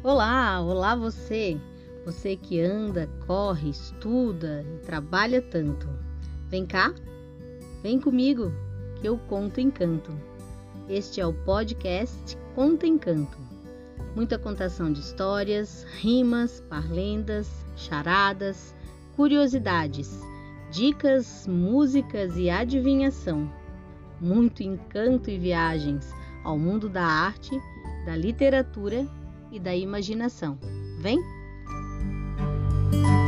Olá você! Você que anda, corre, estuda e trabalha tanto. Vem cá, vem comigo que eu conto encanto. Este é o podcast Conta Encanto. Muita contação de histórias, rimas, parlendas, charadas, curiosidades, dicas, músicas e adivinhação. Muito encanto e viagens ao mundo da arte, da literatura e da imaginação. Vem?